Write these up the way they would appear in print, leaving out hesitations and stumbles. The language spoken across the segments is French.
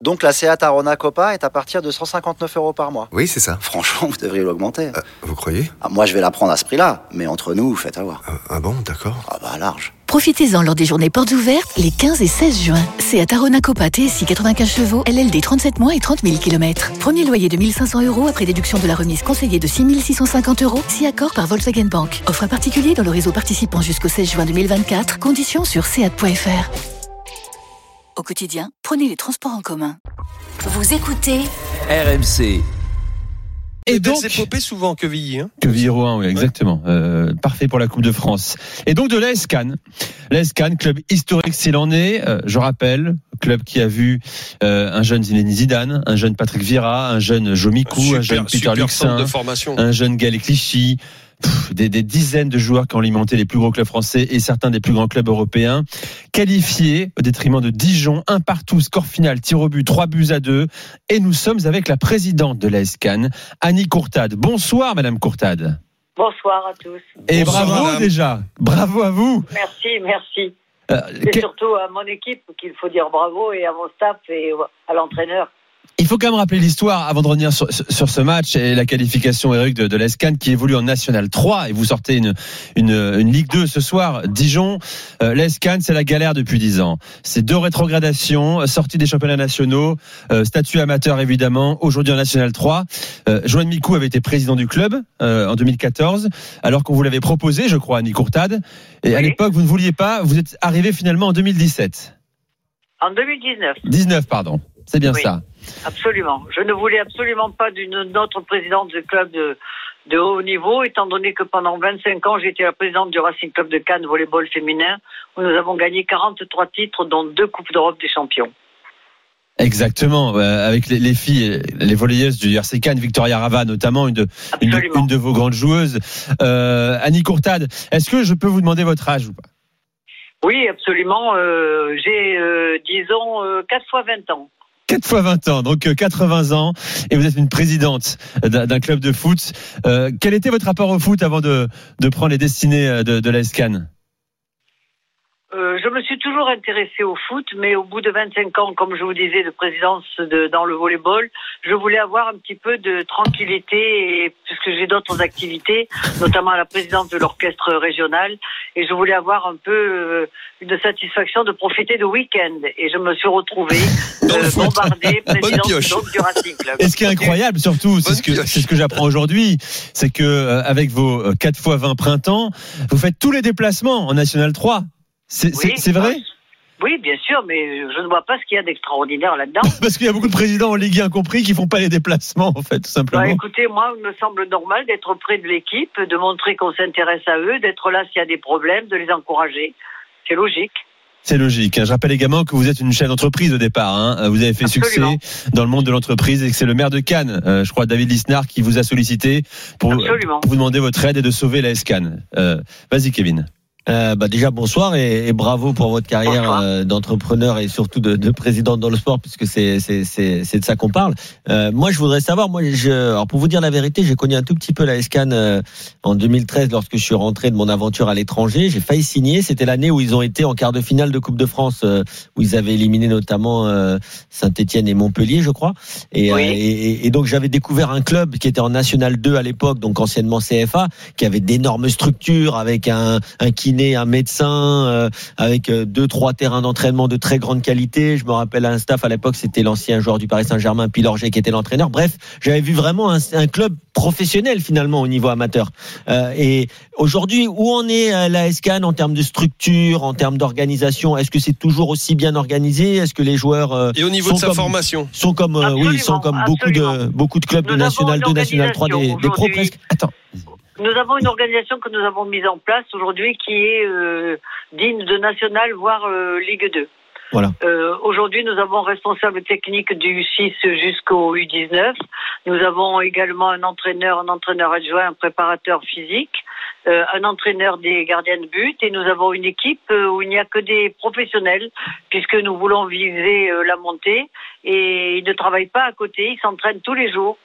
Donc la Seat Arona Copa est à partir de 159 € par mois. Oui, c'est ça. Franchement, vous devriez l'augmenter. Vous croyez ? Moi, je vais la prendre à ce prix-là, mais entre nous, faites avoir. Ah bon, d'accord. Large. Profitez-en lors des journées portes ouvertes les 15 et 16 juin. Seat Arona Copa TSI 95 chevaux, LLD 37 mois et 30 000 km. Premier loyer de 1 500 € après déduction de la remise conseillée de 6 650 €, si accord par Volkswagen Bank. Offre à particulier dans le réseau participant jusqu'au 16 juin 2024. Conditions sur seat.fr. Au quotidien, prenez les transports en commun. Vous écoutez RMC. Et donc, c'est popé souvent Quevilly. Quevilly Rouen, oui, exactement. Parfait pour la Coupe de France. Et donc de l'AS Cannes. L'AS Cannes, club historique s'il en est. Je rappelle, club qui a vu un jeune Zinedine Zidane, un jeune Patrick Vieira, un jeune Jo Micoud, un jeune Peter Luxin, un jeune Gaël Clichy. Des dizaines de joueurs qui ont alimenté les plus gros clubs français et certains des plus grands clubs européens, qualifiés au détriment de Dijon, 1 partout, score final, tir au but, 3-2. Et nous sommes avec la présidente de l'AS Cannes, Annie Courtade. Bonsoir Madame Courtade. Bonsoir à tous. Et bonsoir, bravo madame. Déjà, bravo à vous. Merci. C'est surtout à mon équipe qu'il faut dire bravo, et à mon staff et à l'entraîneur. Il faut quand même rappeler l'histoire avant de revenir sur ce match et la qualification, Eric, de l'AS Cannes qui évolue en National 3, et vous sortez une Ligue 2 ce soir. Dijon, l'AS Cannes, c'est la galère depuis 10 ans. C'est 2 rétrogradations, sortie des championnats nationaux, statut amateur évidemment, aujourd'hui en National 3. Joanne Micoud avait été président du club en 2014, alors qu'on vous l'avait proposé, je crois, Annie Courtade. Et oui. À l'époque, vous ne vouliez pas, vous êtes arrivé finalement en 2017. En 2019. 19, pardon. C'est bien ça. Absolument. Je ne voulais absolument pas d'une autre présidente de club de haut niveau, étant donné que pendant 25 ans, j'étais la présidente du Racing Club de Cannes volleyball féminin, où nous avons gagné 43 titres, dont 2 Coupes d'Europe des champions. Exactement, avec les filles, les volleyeuses du RC Cannes, Victoria Rava notamment, une de vos grandes joueuses. Annie Courtade, est-ce que je peux vous demander votre âge ou pas ? Oui, absolument. J'ai, disons, 4 fois 20 ans. 4 fois 20 ans, donc 80 ans, et vous êtes une présidente d'un club de foot. Quel était votre rapport au foot avant de prendre les destinées de l'AS Cannes ? Je me suis toujours intéressée au foot, mais au bout de 25 ans, comme je vous disais, de présidence dans le volleyball, je voulais avoir un petit peu de tranquillité, et, puisque j'ai d'autres activités, notamment la présidence de l'orchestre régional, et je voulais avoir un peu une satisfaction de profiter de week-end. Et je me suis retrouvée bombardée, présidente du Racing Club. Et ce qui est incroyable, surtout, c'est ce que j'apprends aujourd'hui, c'est que avec vos 4 fois 20 printemps, vous faites tous les déplacements en National 3. C'est vrai ? Oui, bien sûr, mais je ne vois pas ce qu'il y a d'extraordinaire là-dedans. Parce qu'il y a beaucoup de présidents en Ligue 1 compris qui font pas les déplacements, en fait, tout simplement. Écoutez, moi, il me semble normal d'être près de l'équipe, de montrer qu'on s'intéresse à eux, d'être là s'il y a des problèmes, de les encourager. C'est logique. C'est logique. Je rappelle également que vous êtes une chef d'entreprise au départ. Vous avez fait Absolument. Succès dans le monde de l'entreprise, et que c'est le maire de Cannes, je crois, David Lisnard, qui vous a sollicité pour vous demander votre aide et de sauver l'AS Cannes. Vas-y, Kevin. Déjà bonsoir et bravo pour votre carrière d'entrepreneur et surtout de président dans le sport, puisque c'est de ça qu'on parle. Moi je voudrais savoir, alors pour vous dire la vérité, j'ai connu un tout petit peu l'AS Cannes en 2013 lorsque je suis rentré de mon aventure à l'étranger. J'ai failli signer, c'était l'année où ils ont été en quart de finale de Coupe de France, où ils avaient éliminé notamment Saint-Étienne et Montpellier, je crois. Et donc j'avais découvert un club qui était en National 2 à l'époque, donc anciennement CFA, qui avait d'énormes structures avec un kiné, un médecin, avec 2-3 terrains d'entraînement de très grande qualité. Je me rappelle un staff à l'époque, c'était l'ancien joueur du Paris Saint-Germain, Pilorget, qui était l'entraîneur. Bref, j'avais vu vraiment un club professionnel finalement au niveau amateur. Et aujourd'hui, où en est l'AS Cannes en termes de structure, en termes d'organisation ? Est-ce que c'est toujours aussi bien organisé ? Est-ce que les joueurs et au niveau de sa formation sont comme beaucoup de clubs de National 2, National 3, des pros presque. Attends. Nous avons une organisation que nous avons mise en place aujourd'hui qui est digne de National, voire Ligue 2. Voilà. Aujourd'hui, nous avons un responsable technique du 6 jusqu'au U19. Nous avons également un entraîneur adjoint, un préparateur physique, un entraîneur des gardiens de but, et nous avons une équipe où il n'y a que des professionnels, puisque nous voulons viser la montée, et ils ne travaillent pas à côté, ils s'entraînent tous les jours.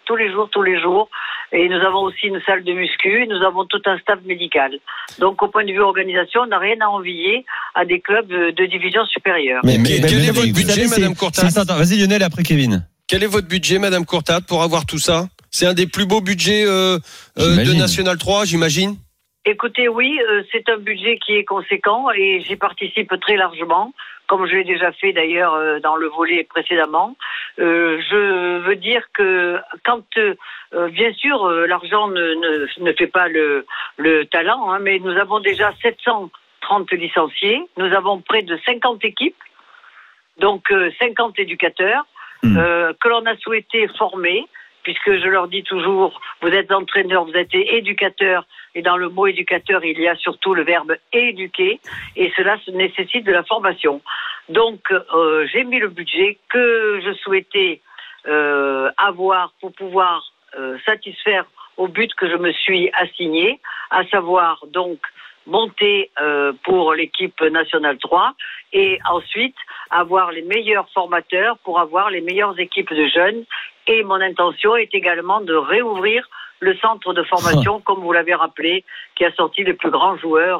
Et nous avons aussi une salle de muscu, et nous avons tout un staff médical. Donc au point de vue organisation, on n'a rien à envier à des clubs de division supérieure. Mais quel est votre budget, Madame Courtade ? Attends, vas-y Lionel, après Kevin. Quel est votre budget, Madame Courtade, pour avoir tout ça ? C'est un des plus beaux budgets de National 3, j'imagine ? Écoutez, oui, c'est un budget qui est conséquent et j'y participe très largement, comme je l'ai déjà fait d'ailleurs dans le volet précédemment. Je veux dire que quand, bien sûr, l'argent ne fait pas le talent, hein, mais nous avons déjà 730 licenciés, nous avons près de 50 équipes, donc 50 éducateurs que l'on a souhaité former. Puisque je leur dis toujours, vous êtes entraîneur, vous êtes éducateur, et dans le mot éducateur, il y a surtout le verbe éduquer, et cela nécessite de la formation. Donc, j'ai mis le budget que je souhaitais avoir pour pouvoir satisfaire au but que je me suis assigné, à savoir donc monter pour l'équipe nationale 3 et ensuite avoir les meilleurs formateurs pour avoir les meilleures équipes de jeunes. Et mon intention est également de réouvrir le centre de formation, comme vous l'avez rappelé, qui a sorti les plus grands joueurs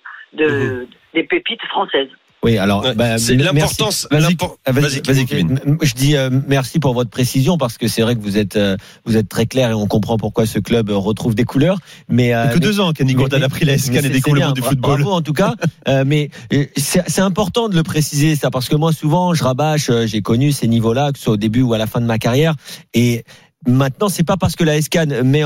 des pépites françaises. Oui, alors c'est l'importance. Vas-y, Kevin. Je dis merci pour votre précision parce que c'est vrai que vous êtes très clair et on comprend pourquoi ce club retrouve des couleurs. Mais que 2 ans qu'Annie Courtade a pris la SCAN et découle le monde du football. Bravo en tout cas. Mais c'est important de le préciser ça parce que moi souvent je rabâche, j'ai connu ces niveaux-là, que ce soit au début ou à la fin de ma carrière et maintenant c'est pas parce que la SCAN met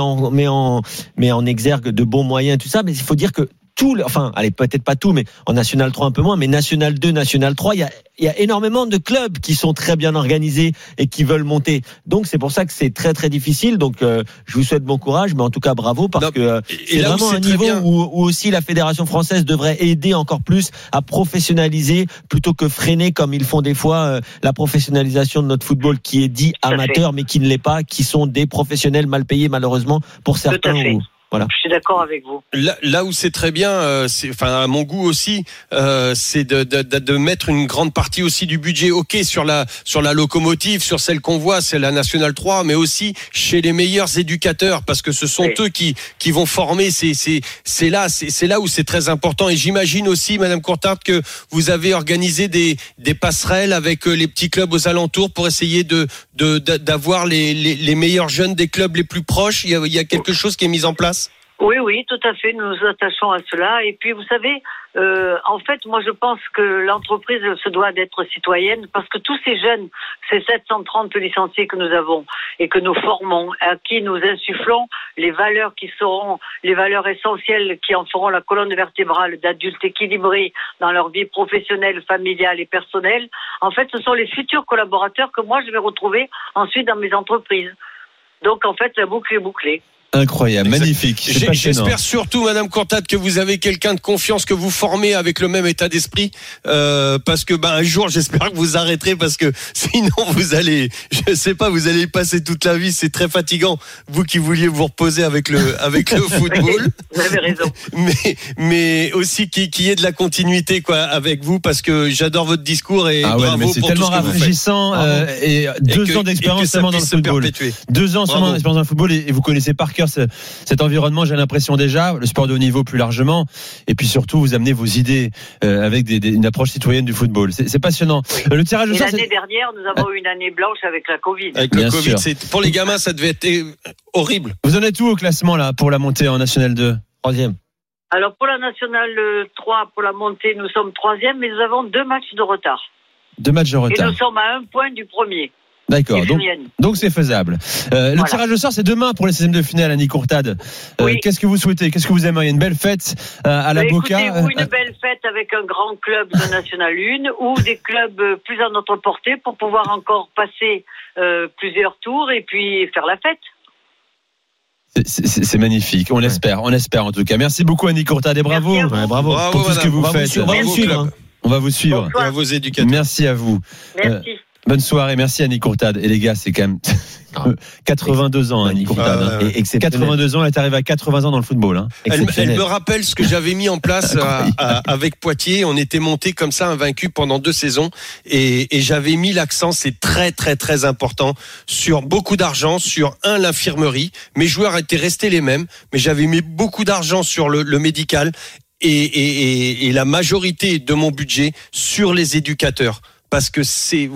en exergue de bons moyens tout ça, mais il faut dire que allez, peut-être pas tout, mais en National 3 un peu moins, mais National 2, National 3, il y a énormément de clubs qui sont très bien organisés et qui veulent monter. Donc c'est pour ça que c'est très très difficile. Donc je vous souhaite bon courage, mais en tout cas bravo parce que c'est vraiment un niveau où aussi la Fédération française devrait aider encore plus à professionnaliser plutôt que freiner comme ils font des fois la professionnalisation de notre football qui est dit amateur mais qui ne l'est pas, qui sont des professionnels mal payés malheureusement pour certains. Voilà. Je suis d'accord avec vous. Là où c'est très bien, à mon goût aussi, c'est de mettre une grande partie aussi du budget, sur la locomotive, sur celle qu'on voit, c'est la National 3, mais aussi chez les meilleurs éducateurs, parce que ce sont eux qui vont former. C'est là où c'est très important. Et j'imagine aussi, Madame Courtade, que vous avez organisé des passerelles avec les petits clubs aux alentours pour essayer d'avoir les meilleurs jeunes des clubs les plus proches. Il y a quelque chose qui est mis en place. Oui, tout à fait. Nous nous attachons à cela. Et puis, vous savez, en fait, moi, je pense que l'entreprise se doit d'être citoyenne parce que tous ces jeunes, ces 730 licenciés que nous avons et que nous formons, à qui nous insufflons les valeurs qui seront les valeurs essentielles qui en feront la colonne vertébrale d'adultes équilibrés dans leur vie professionnelle, familiale et personnelle, en fait, ce sont les futurs collaborateurs que moi, je vais retrouver ensuite dans mes entreprises. Donc, en fait, la boucle est bouclée. Incroyable, magnifique. J'espère surtout, Madame Courtade, que vous avez quelqu'un de confiance que vous formez avec le même état d'esprit, parce que un jour, j'espère que vous arrêterez, parce que sinon vous allez y passer toute la vie. C'est très fatigant. Vous qui vouliez vous reposer avec le football. Vous avez raison. Mais aussi qu'il y ait de la continuité avec vous, parce que j'adore votre discours et bravo c'est pour tellement tout ce que vous faites. rafraîchissant et 2 ans d'expérience seulement dans le football. 2 ans seulement d'expérience dans le football et vous connaissez par cœur cet environnement, j'ai l'impression déjà, le sport de haut niveau plus largement, et puis surtout vous amenez vos idées avec une approche citoyenne du football. C'est passionnant. Le tirage au sort. L'année dernière, nous avons eu une année blanche avec la Covid. Avec le Covid, pour les gamins, ça devait être horrible. Vous en êtes où au classement là pour la montée en National 2 ? 3e. Alors pour la Nationale 3, pour la montée, nous sommes 3e, mais nous avons 2 matchs de retard. 2 matchs de retard. Et nous sommes à 1 point du premier. D'accord, donc c'est faisable. Le tirage au sort, c'est demain pour les 16e de finale, Annie Courtade. Qu'est-ce que vous souhaitez ? Qu'est-ce que vous aimeriez ? Une belle fête à la Boca ? Écoutez, une belle fête avec un grand club de National 1 ou des clubs plus à notre portée pour pouvoir encore passer plusieurs tours et puis faire la fête. C'est magnifique, on l'espère en tout cas. Merci beaucoup Annie Courtade et bravo pour tout ce que vous faites. On va vous suivre. On va vous suivre. Et à vos éducateurs. Merci à vous. Merci. Bonne soirée, merci Annick Courtade. Et les gars, c'est quand même 82 ans, Annick Courtade. Et 82 ans, elle est arrivée à 80 ans dans le football. Hein. Elle me rappelle ce que j'avais mis en place avec Poitiers. On était monté comme ça, invaincu pendant 2 saisons. Et j'avais mis l'accent, c'est très, très, très important, sur beaucoup d'argent, sur l'infirmerie. Mes joueurs étaient restés les mêmes, mais j'avais mis beaucoup d'argent sur le médical et la majorité de mon budget sur les éducateurs. Parce que c'est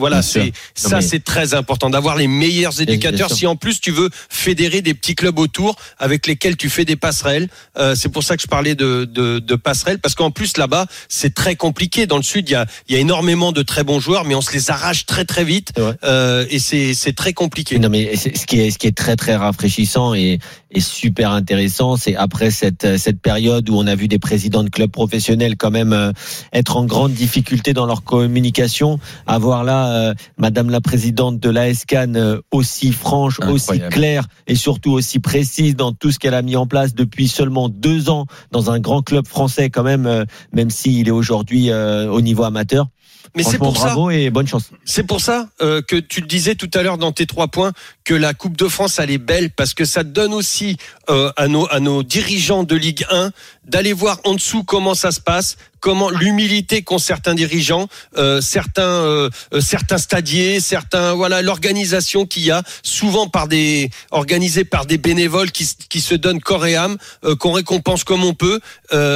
très important d'avoir les meilleurs éducateurs. Si en plus tu veux fédérer des petits clubs autour avec lesquels tu fais des passerelles, c'est pour ça que je parlais de passerelles, parce qu'en plus là-bas c'est très compliqué. Dans le sud il y a énormément de très bons joueurs, mais on se les arrache très très vite et c'est très compliqué. Non mais ce qui est très très rafraîchissant et super intéressant, c'est après cette période où on a vu des présidents de clubs professionnels quand même être en grande difficulté dans leur communication. Avoir là Madame la présidente de l'AS Cannes aussi franche, incroyable, aussi claire et surtout aussi précise dans tout ce qu'elle a mis en place depuis seulement 2 ans dans un grand club français quand même, même s'il est aujourd'hui au niveau amateur. Mais c'est pour bravo et bonne chance. C'est pour ça que tu le disais tout à l'heure dans tes 3 points que la Coupe de France elle est belle, parce que ça donne aussi à nos dirigeants de Ligue 1 d'aller voir en dessous comment ça se passe, comment l'humilité qu'ont certains dirigeants, certains stadiers, l'organisation qu'il y a souvent organisée par des bénévoles qui se donnent corps et âme, qu'on récompense comme on peut,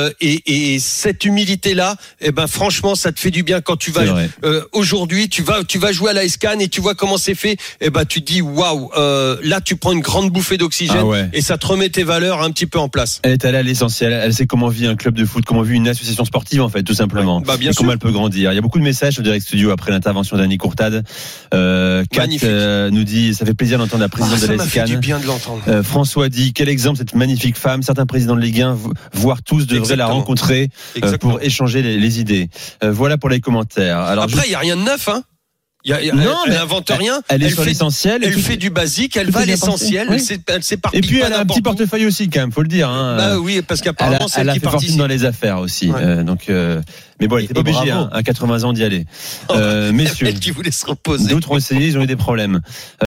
et cette humilité là, franchement ça te fait du bien quand tu vas aujourd'hui tu vas jouer à l'AS Cannes et tu vois comment c'est fait, tu te dis waouh, là tu prends une grande bouffée d'oxygène et ça te remet tes valeurs un petit peu en place. Elle est allée à l'essentiel, elle sait comment vit un club de foot, comment vit une association sportive en fait, tout simplement. Et comment elle peut grandir. Il y a beaucoup de messages au Direct Studio après l'intervention d'Annick Courtade. Kat nous dit, ça fait plaisir d'entendre la présidente de l'AS Cannes. Ça m'a fait du bien de l'entendre. François dit, quel exemple cette magnifique femme. Certains présidents de Ligue 1, voire tous, devraient la rencontrer pour échanger les idées. Voilà pour les commentaires. Alors, après, il n'y a rien de neuf, hein. Elle n'invente rien. Elle est sur l'essentiel. Elle fait du basique. Elle va à l'essentiel. Elle s'éparpille. Et puis elle a un petit portefeuille aussi, quand même, faut le dire. Hein. Oui, parce qu'apparemment c'est elle a qui fait fortune dans les affaires aussi. Mais bon, elle n'était pas obligée à 80 ans d'y aller. Messieurs, qui voulait se reposer. D'autres ont essayé, ils ont eu des problèmes.